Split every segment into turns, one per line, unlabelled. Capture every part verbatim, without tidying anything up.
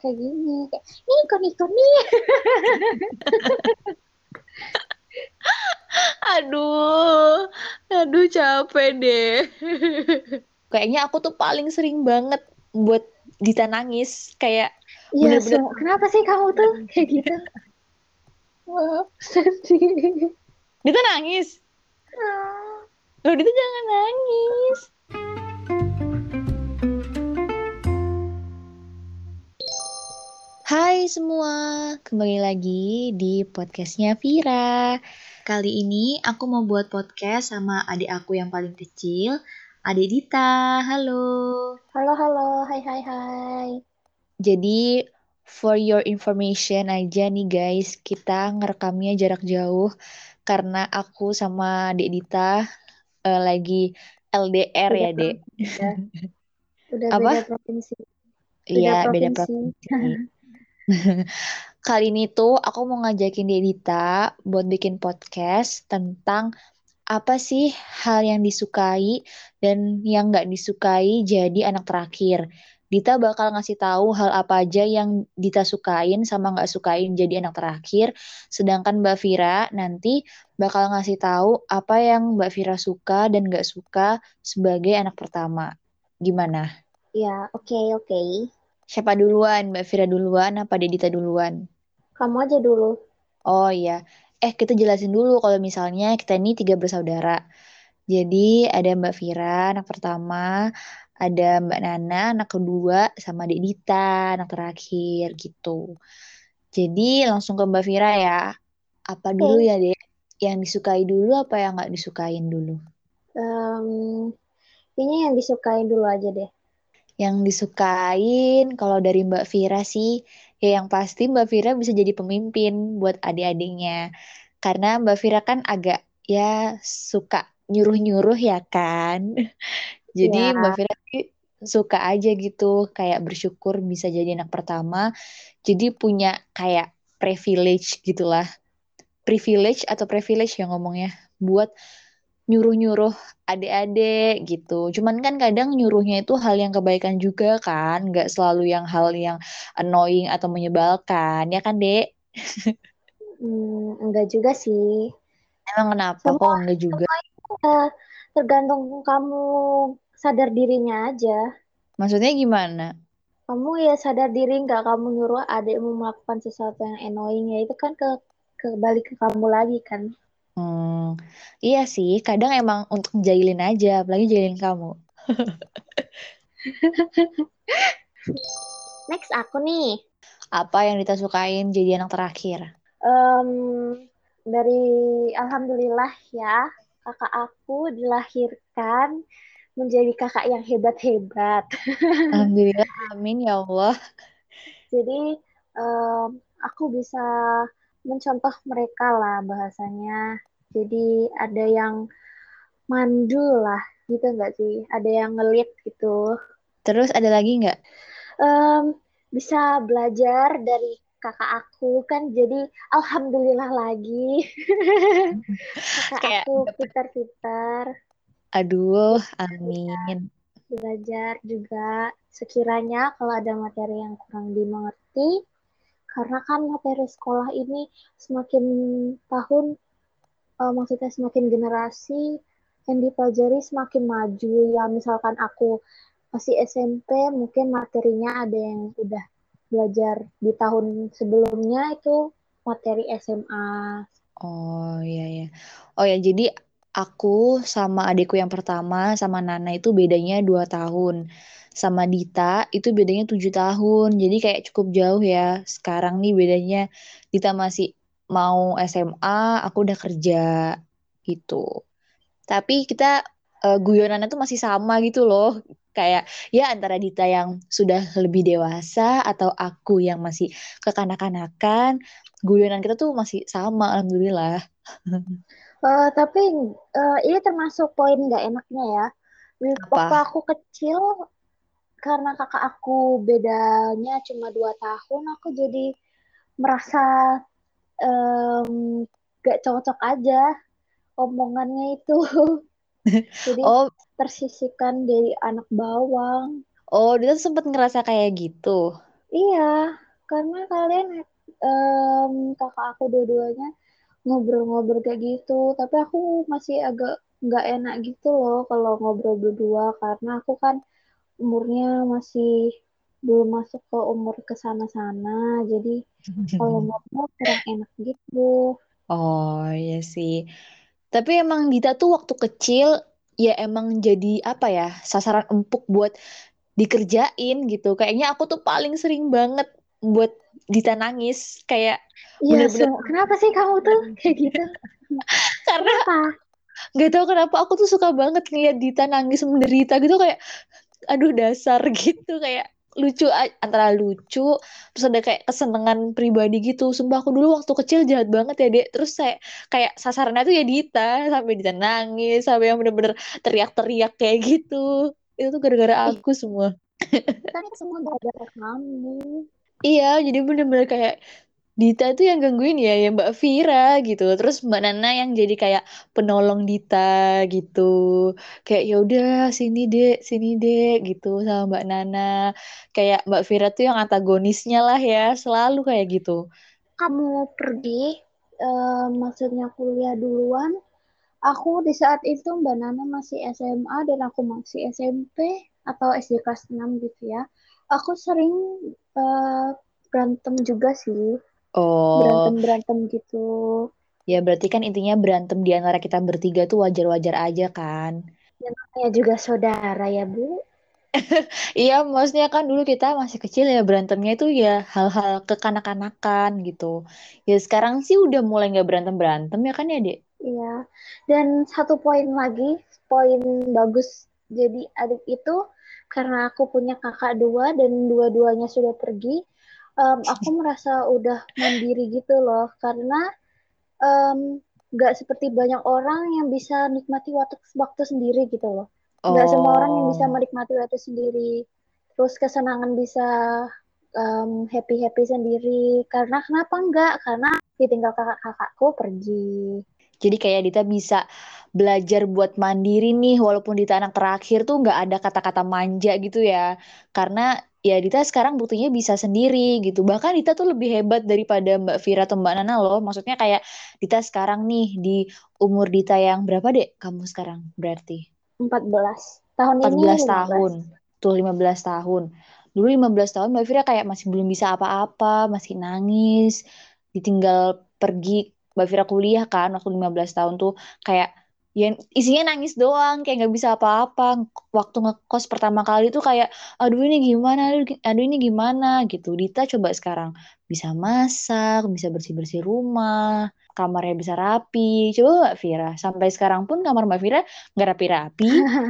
kayak gini, kayak nih ikut ikut nih.
Aduh, aduh capek deh. Kayaknya aku tuh paling sering banget buat Dita nangis. Kayak
Iya,
bener-bener
so kenapa sih kamu tuh kayak gitu? Wah, sedih.
Dita nangis. Loh, Dita jangan nangis. Hai semua, kembali lagi di podcastnya Vira. Kali ini aku mau buat podcast sama adik aku yang paling kecil, adik Dita. Halo.
Halo, halo, hai, hai, hai.
Jadi for your information aja nih guys, kita ngerekamnya jarak jauh karena aku sama Dek Dita eh, lagi L D R
Beda
ya, Dek.
provinsi ya. Udah beda
Apa?
provinsi.
Iya,
Beda
beda
provinsi.
provinsi. Kali ini tuh aku mau ngajakin Dek Dita buat bikin podcast tentang apa sih hal yang disukai dan yang nggak disukai jadi anak terakhir. Dita bakal ngasih tahu hal apa aja yang Dita sukain sama nggak sukain jadi anak terakhir. Sedangkan Mbak Vira nanti bakal ngasih tahu apa yang Mbak Vira suka dan nggak suka sebagai anak pertama. Gimana?
Ya, oke, oke.
Siapa duluan? Mbak Vira duluan apa Dita duluan?
Kamu aja dulu.
Oh iya, eh kita jelasin dulu kalau misalnya kita ini tiga bersaudara. Jadi ada Mbak Vira, anak pertama, ada Mbak Nana, anak kedua, sama Dek Dita, anak terakhir gitu. Jadi langsung ke Mbak Vira ya. Apa dulu
Oke.
ya, Dek? Yang disukai dulu apa yang nggak disukain dulu?
Em, ini yang disukain dulu aja deh.
Yang disukain kalau dari Mbak Vira sih, ya yang pasti Mbak Vira bisa jadi pemimpin buat adik-adiknya. Karena Mbak Vira kan agak ya suka nyuruh-nyuruh ya kan. Jadi Mbak
Ya,
Vira sih suka aja gitu, kayak bersyukur bisa jadi anak pertama. Jadi punya kayak privilege gitulah. Privilege atau privilege yang ngomongnya buat nyuruh-nyuruh adik-adik gitu. Cuman kan kadang nyuruhnya itu hal yang kebaikan juga kan, nggak selalu yang hal yang annoying atau menyebalkan, ya kan, Dek?
hmm, enggak juga sih.
Emang kenapa kok
Semua,
enggak juga?
semua itu ya tergantung kamu sadar dirinya aja.
Maksudnya gimana?
Kamu ya sadar diri nggak kamu nyuruh adikmu melakukan sesuatu yang annoying ya itu kan ke kebalik ke kamu lagi kan.
Hmm, iya sih, kadang emang untuk jahilin aja, apalagi jahilin kamu.
Next aku nih.
Apa yang Dita sukain jadi anak terakhir?
Em, dari Alhamdulillah ya, kakak aku dilahirkan menjadi kakak yang hebat-hebat.
Alhamdulillah, amin ya Allah.
Jadi em, aku bisa mencontoh mereka lah bahasanya. Jadi ada yang mandu lah gitu nggak sih? Ada yang ngelit gitu.
Terus ada lagi nggak?
Em, bisa belajar dari kakak aku kan jadi alhamdulillah lagi. Kakak
Kayak
aku
dapet,
pintar-pintar.
aduh,
Jadi bisa
amin.
belajar juga sekiranya kalau ada materi yang kurang dimengerti karena kan materi sekolah ini semakin tahun, eh, maksudnya semakin generasi yang dipelajari semakin maju ya. Misalkan aku masih S M P mungkin materinya ada yang udah belajar di tahun sebelumnya itu materi S M A.
Oh iya ya. Oh ya, jadi aku sama adikku yang pertama sama Nana itu bedanya dua tahun. Sama Dita itu bedanya tujuh tahun. Jadi kayak cukup jauh ya. Sekarang nih bedanya Dita masih mau S M A, aku udah kerja gitu. Tapi kita eh, guyonannya tuh masih sama gitu loh. Kayak ya antara Dita yang sudah lebih dewasa atau aku yang masih kekanak-kanakan, guyonan kita tuh masih sama, alhamdulillah.
Eh, tapi eh, ini termasuk poin nggak enaknya ya. Waktu
Apa?
aku kecil, karena kakak aku bedanya cuma dua tahun, aku jadi merasa em, gak cocok aja omongannya itu. Jadi
Oh,
tersisihkan dari anak bawang.
oh, Dita tuh sempat ngerasa kayak gitu.
Iya, karena kalian em, kakak aku dua-duanya ngobrol-ngobrol kayak gitu, tapi aku masih agak nggak enak gitu loh kalau ngobrol berdua karena aku kan umurnya masih belum masuk ke umur ke sana-sana, jadi kalau ngobrol kurang enak gitu.
Oh iya sih. Tapi emang Dita tuh waktu kecil ya emang jadi apa ya, sasaran empuk buat dikerjain gitu. Kayaknya aku tuh paling sering banget buat Dita nangis. Kayak
Iya,
bener-bener
so kenapa sih kamu tuh kayak gitu?
karena
Kenapa?
nggak tahu kenapa aku tuh suka banget ngeliat Dita nangis menderita gitu, kayak aduh dasar gitu, kayak lucu a- antara lucu terus ada kayak kesenangan pribadi gitu. Sumpah aku dulu waktu kecil jahat banget ya dek, terus saya kayak sasarannya tuh ya Dita, sampai Dita nangis sampai yang bener-bener teriak-teriak kayak gitu. Itu tuh gara-gara
Ih,
aku semua.
kan itu semua gara-gara kamu.
Iya, jadi bener-bener kayak Dita tuh yang gangguin ya, ya Mbak Vira gitu. Terus Mbak Nana yang jadi kayak penolong Dita gitu. Kayak ya udah sini Dek, sini Dek gitu sama Mbak Nana. Kayak Mbak Vira tuh yang antagonisnya lah ya, selalu kayak gitu.
Kamu pergi, eh, maksudnya kuliah duluan. Aku di saat itu Mbak Nana masih S M A dan aku masih S M P atau S D kelas enam gitu ya. Aku sering eh, berantem juga sih,
Oh,
berantem-berantem gitu.
ya berarti kan intinya berantem di antara kita bertiga tuh wajar-wajar aja kan.
Dan namanya juga saudara ya, Bu.
Iya, maksudnya kan dulu kita masih kecil ya berantemnya itu ya hal-hal kekanak-kanakan gitu. Ya sekarang sih udah mulai nggak berantem-berantem ya kan ya, Dek?
Iya. Dan satu poin lagi, poin bagus jadi adik itu karena aku punya kakak dua dan dua-duanya sudah pergi, em, aku merasa udah mandiri gitu loh karena em, nggak seperti banyak orang yang bisa nikmati waktu waktu sendiri gitu loh. Nggak semua orang yang bisa
Oh,
menikmati waktu sendiri. Terus kesenangan bisa happy happy sendiri. Karena kenapa enggak? Karena ditinggal kakak-kakakku pergi.
jadi kayak Dita bisa belajar buat mandiri nih, walaupun Dita anak terakhir tuh nggak ada kata-kata manja gitu ya. Karena ya Dita sekarang buktinya bisa sendiri gitu. Bahkan Dita tuh lebih hebat daripada Mbak Vira atau Mbak Nana loh. Maksudnya kayak Dita sekarang nih di umur Dita yang berapa dek? Kamu sekarang berarti
Empat belas. Tahun
empat
ini
belas
lima belas.
tahun. Tuh lima belas tahun. Dulu lima belas tahun Mbak Vira kayak masih belum bisa apa-apa, masih nangis, ditinggal pergi. Mbak Vira kuliah kan waktu lima belas tahun tuh kayak ya isinya nangis doang, kayak nggak bisa apa-apa. Waktu ngekos pertama kali tuh kayak aduh ini gimana, aduh, aduh ini gimana gitu. Dita coba sekarang bisa masak, bisa bersih-bersih rumah, kamarnya bisa rapi. Coba Mbak Vira, sampai sekarang pun kamar Mbak Vira nggak rapi-rapi.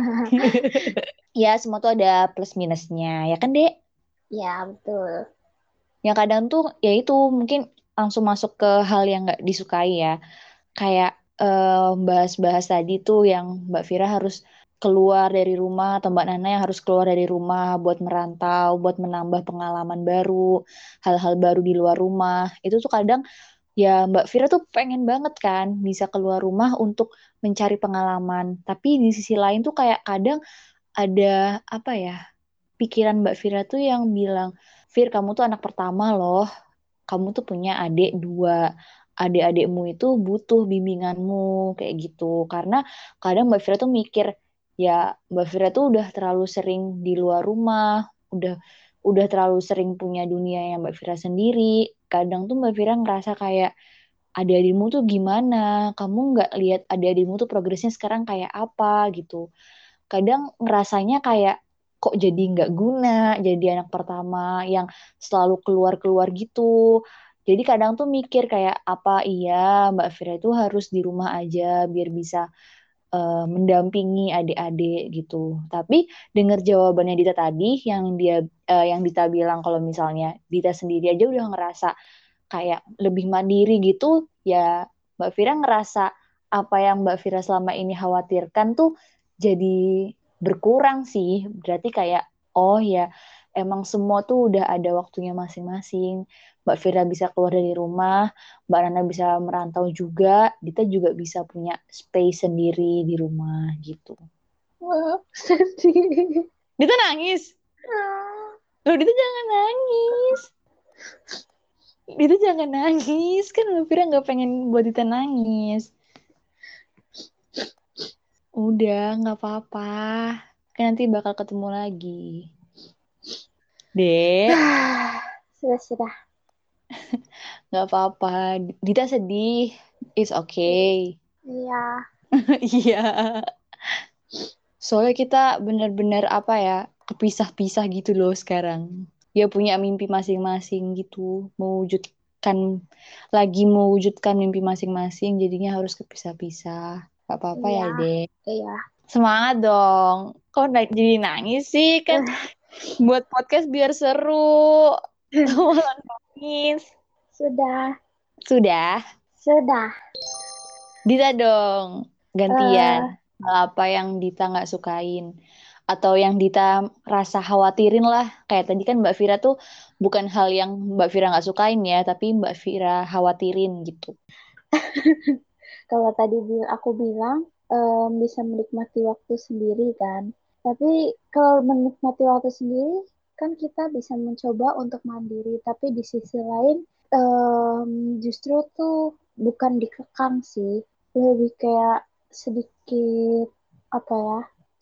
Ya, semua tuh ada plus minusnya, ya kan, Dek?
Ya, betul.
Yang kadang tuh, ya itu mungkin langsung masuk ke hal yang nggak disukai ya. Kayak eh, bahas-bahas tadi tuh yang Mbak Vira harus keluar dari rumah atau Mbak Nana yang harus keluar dari rumah buat merantau, buat menambah pengalaman baru, hal-hal baru di luar rumah. Itu tuh kadang ya Mbak Vira tuh pengen banget kan bisa keluar rumah untuk mencari pengalaman. Tapi di sisi lain tuh kayak kadang ada apa ya? Pikiran Mbak Vira tuh yang bilang, Vir, kamu tuh anak pertama loh. Kamu tuh punya adik dua. Adik-adikmu itu butuh bimbinganmu kayak gitu. Karena kadang Mbak Vira tuh mikir, ya Mbak Vira tuh udah terlalu sering di luar rumah, udah udah terlalu sering punya dunia yang Mbak Vira sendiri. Kadang tuh Mbak Vira ngerasa kayak adik-adikmu tuh gimana? Kamu nggak lihat adik-adikmu tuh progresnya sekarang kayak apa gitu. Kadang ngerasanya kayak kok jadi nggak guna jadi anak pertama yang selalu keluar-keluar gitu. Jadi kadang tuh mikir kayak apa iya Mbak Fira itu harus di rumah aja biar bisa eh, mendampingi adik-adik gitu. Tapi dengar jawabannya Dita tadi yang dia eh, yang Dita bilang kalau misalnya Dita sendiri aja udah ngerasa kayak lebih mandiri gitu, ya Mbak Vira ngerasa apa yang Mbak Vira selama ini khawatirkan tuh jadi berkurang sih. Berarti kayak, oh ya, emang semua tuh udah ada waktunya masing-masing. Mbak Vira bisa keluar dari rumah, Mbak Nana bisa merantau juga, Dita juga bisa punya space sendiri di rumah gitu.
Wah, sedih.
Dita nangis. Loh, Dita jangan nangis. Dita jangan nangis. Kan Mbak Fira nggak pengen buat Dita nangis. Udah, nggak apa-apa. Kan nanti bakal ketemu lagi. Dek,
Sudah, sudah.
nggak apa-apa. Dita sedih. It's okay.
Iya.
Iya. Soalnya kita bener-bener apa ya, kepisah-pisah gitu loh sekarang. Dia punya mimpi masing-masing gitu. Mewujudkan, lagi mewujudkan mimpi masing-masing, jadinya harus kepisah-pisah. Gak apa-apa ya,
Iya.
Dek.
Iya.
Semangat dong. Kok na- jadi nangis sih? Kan buat podcast biar seru. Malah nangis.
Sudah.
Sudah.
Sudah.
Dita dong, gantian.
eh
Hal apa yang Dita nggak sukain? Atau yang Dita rasa khawatirin lah. Kayak tadi kan Mbak Vira tuh bukan hal yang Mbak Vira nggak sukain ya, tapi Mbak Vira khawatirin gitu.
Kalau tadi bil- aku bilang em, bisa menikmati waktu sendiri kan. Tapi kalau menikmati waktu sendiri kan kita bisa mencoba untuk mandiri. Tapi di sisi lain em, justru tuh bukan dikekang sih. Lebih kayak sedikit apa ya,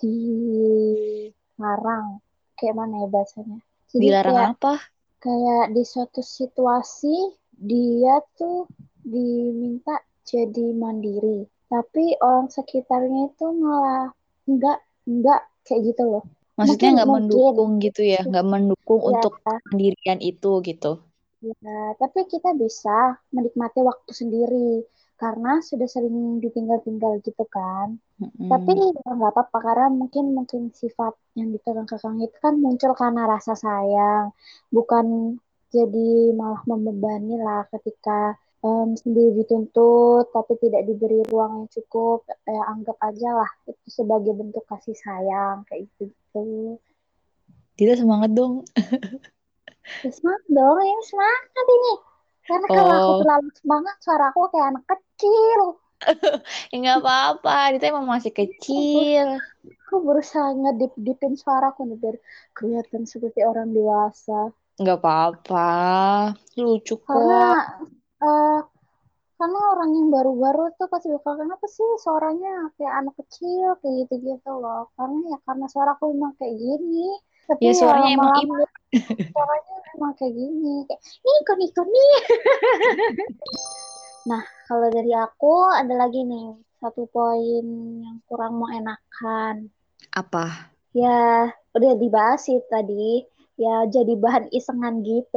dilarang. Kayak mana ya bahasanya? Jadi
Dilarang
kayak
apa?
kayak di suatu situasi dia tuh diminta jadi mandiri, tapi orang sekitarnya itu malah enggak enggak kayak gitu loh.
Maksudnya
Mungkin
nggak
mungkin
mendukung gitu ya, nggak mendukung
ya,
untuk pendirian itu gitu.
ya, tapi kita bisa menikmati waktu sendiri karena sudah sering ditinggal-tinggal gitu kan. Tapi
Mm-mm.
ya nggak apa-apa karena mungkin mungkin sifat yang dikekang itu kan muncul karena rasa sayang, bukan jadi malah membebani lah ketika em, sendiri dituntut tapi tidak diberi ruang yang cukup. Ya anggap aja lah itu sebagai bentuk kasih sayang kayak gitu.
Dita semangat dong.
Ya, semangat dong, ini semangat ini. Karena kalau aku
Oh,
terlalu semangat, suara aku kayak anak kecil.
ya nggak apa-apa. Dita emang masih
Aku, ber-
kecil.
aku berusaha ngedip-dipin suaraku nih biar kelihatan seperti orang dewasa.
Nggak apa-apa. Lucu
Karena
kok.
eh, karena orang yang baru-baru tuh pasti bakal kenapa sih suaranya kayak anak kecil kayak gitu-gitu loh. Karena ya karena suaraku memang kayak gini. Tapi
Ya
ya
suaranya emang
lama-lama
imut.
suaranya memang kayak gini. Kayak, nih ikut-ikut nih. Nah, kalau dari aku ada lagi nih satu poin yang kurang mengenakan.
Apa?
Ya, udah dibahas sih tadi. Ya, jadi bahan isengan gitu.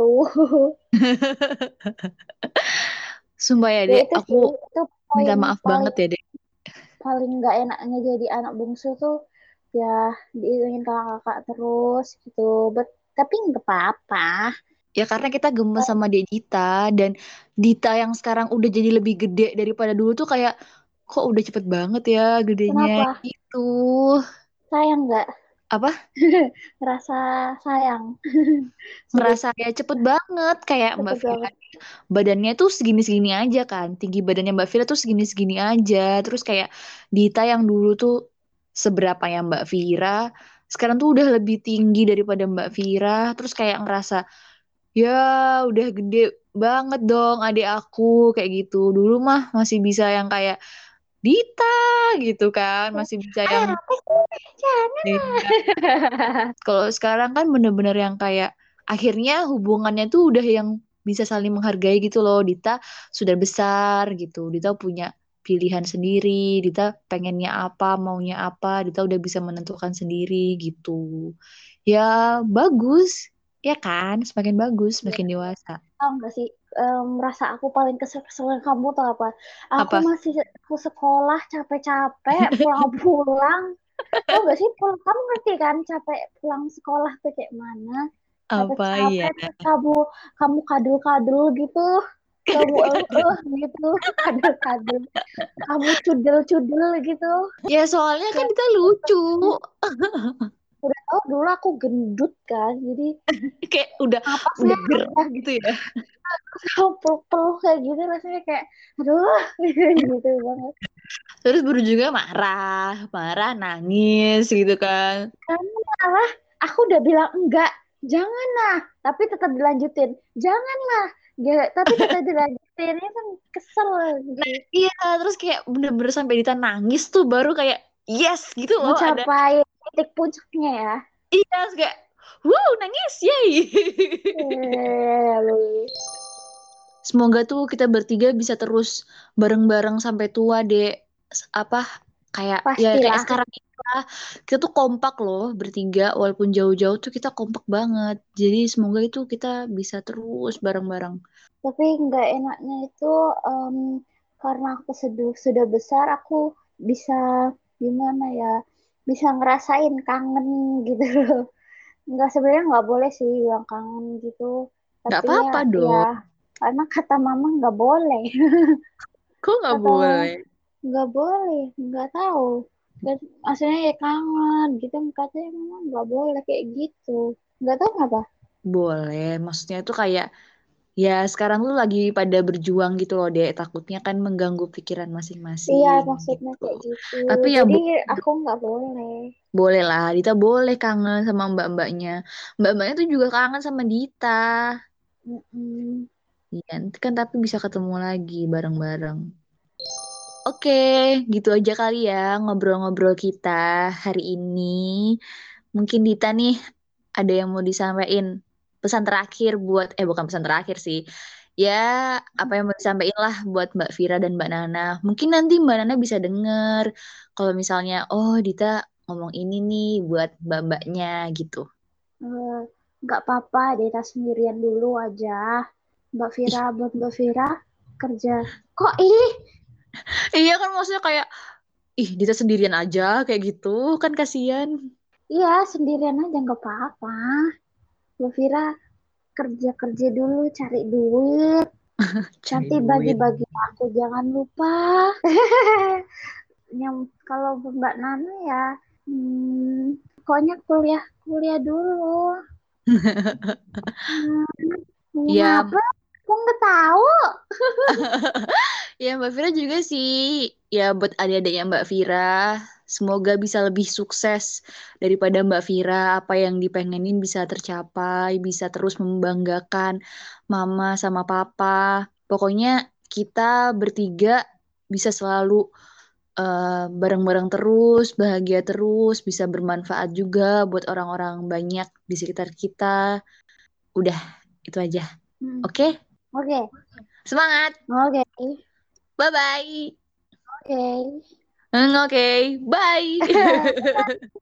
Sumpah ya,
Ya
Dek.
itu
Aku
sih, itu
minta
poin
maaf banget
paling
ya, Dek.
paling nggak enaknya jadi anak bungsu tuh ya diizinin kakak-kakak terus gitu. Bet, tapi nggak apa-apa.
Ya karena kita gemes sama Dek Dita. Dan Dita yang sekarang udah jadi lebih gede daripada dulu tuh kayak, kok udah cepet banget ya gedenya
Kenapa?
gitu.
Sayang nggak?
Apa?
Ngerasa sayang. Sudah
Ngerasa ya cepet banget. Kayak Mbak
cepet
Vira,
banget.
badannya tuh segini-segini aja kan. Tinggi badannya Mbak Vira tuh segini-segini aja. Terus kayak Dita yang dulu tuh seberapa ya Mbak Vira, sekarang tuh udah lebih tinggi daripada Mbak Vira. Terus kayak ngerasa, ya udah gede banget dong adik aku kayak gitu. Dulu mah masih bisa yang kayak Dita gitu kan. Masih bisa yang
Ah, apa sih? Jangan
iya.
lah.
Kalau sekarang kan bener-bener yang kayak akhirnya hubungannya tuh udah yang bisa saling menghargai gitu loh. Dita sudah besar gitu. Dita punya pilihan sendiri. Dita pengennya apa, maunya apa. Dita udah bisa menentukan sendiri gitu. Ya bagus. Ya kan? Semakin bagus,
Iya.
semakin dewasa.
Tahu nggak sih, em, merasa aku paling kesel-kesel kamu tuh apa? Aku
Apa?
masih aku sekolah capek-capek pulang-pulang. Tahu nggak sih, pulang kamu ngerti kan capek pulang sekolah tuh kayak mana?
Apa
Capek-capek
ya?
terus kamu kamu kadul-kadul gitu. Kamu eh eh gitu, kadul-kadul. Kamu cudel-cudel gitu.
Ya soalnya kan
Kayak
Dita lucu.
udah tahu dulu aku gendut kan. Jadi
Kayak udah
apa sih
udah gerah gitu ya.
aku peluk-peluk kayak gitu rasanya kayak aduh gitu banget.
Terus baru juga marah, marah, nangis gitu kan.
Kamu malah, aku udah bilang enggak. Janganlah, tapi tetap dilanjutin. Janganlah, Ga- tapi tetap dilanjutin. Ini kan kesel gitu.
Nah, iya, terus kayak bener-bener sampai Dita nangis tuh baru kayak yes gitu loh ada.
Mencapai titik puncaknya ya.
Iya, terus kayak wow, nangis, yay.
Eh,
Semoga tuh kita bertiga bisa terus bareng-bareng sampai tua, Dek. S- Apa kayak ya kayak
pastilah.
sekarang ini lah. Kita tuh kompak loh bertiga walaupun jauh-jauh tuh kita kompak banget. Jadi semoga itu kita bisa terus bareng-bareng.
Tapi nggak enaknya itu em, karena aku sudah sudah besar, aku bisa gimana ya? Bisa ngerasain kangen gitu loh. Nggak sebenarnya nggak boleh sih bilang kangen gitu.
Nggak
Tapi ya
apa-apa
ya
dong.
karena kata mama nggak boleh.
Kok nggak
Kata
boleh?
nggak boleh, nggak tahu. Dan maksudnya ya kangen gitu, katanya mama nggak boleh kayak gitu. Nggak tahu kenapa.
Boleh. Maksudnya itu kayak ya sekarang tuh lagi pada berjuang gitu loh, Dek. Takutnya kan mengganggu pikiran
Iya,
masing-masing
maksudnya
gitu.
kayak gitu.
Tapi ya
Jadi
bo-
aku nggak boleh.
boleh lah, Dita boleh kangen sama mbak-mbaknya. Mbak-mbaknya tuh juga kangen sama Dita.
Mm-mm.
Iya, nanti kan tapi bisa ketemu lagi bareng-bareng. Oke, gitu aja kali ya ngobrol-ngobrol kita hari ini. Mungkin Dita nih ada yang mau disampaikan. Pesan terakhir buat, eh bukan pesan terakhir sih. Ya, apa yang mau disampaikan lah buat Mbak Vira dan Mbak Nana. Mungkin nanti Mbak Nana bisa denger. Kalau misalnya, oh Dita ngomong ini nih buat mbak-mbaknya gitu.
Eh, nggak apa-apa, Deta sendirian dulu aja. Mbak Vira,
Ih,
buat Mbak Vira kerja. Kok ih?
iya kan maksudnya kayak, ih Dita sendirian aja kayak gitu kan kasihan.
Iya, sendirian aja nggak apa-apa. Mbak Vira kerja-kerja dulu, cari duit.
Cari
Nanti
duit.
bagi-bagi aku, jangan lupa. Yang kalau Mbak Nana ya, hmm, pokoknya kuliah kuliah dulu. Hmm, ngomong
Ya,
apa? Aku nggak tahu.
ya Mbak Vira juga sih. Ya buat adik-adiknya Mbak Vira, semoga bisa lebih sukses daripada Mbak Vira. Apa yang dipengenin bisa tercapai, bisa terus membanggakan Mama sama Papa. Pokoknya kita bertiga bisa selalu eh, bareng-bareng terus, bahagia terus, bisa bermanfaat juga buat orang-orang banyak di sekitar kita. Udah, itu aja.
Hmm,
Oke?
oke,
Semangat!
oke,
Bye-bye!
oke.
Hmm, Oke, bye.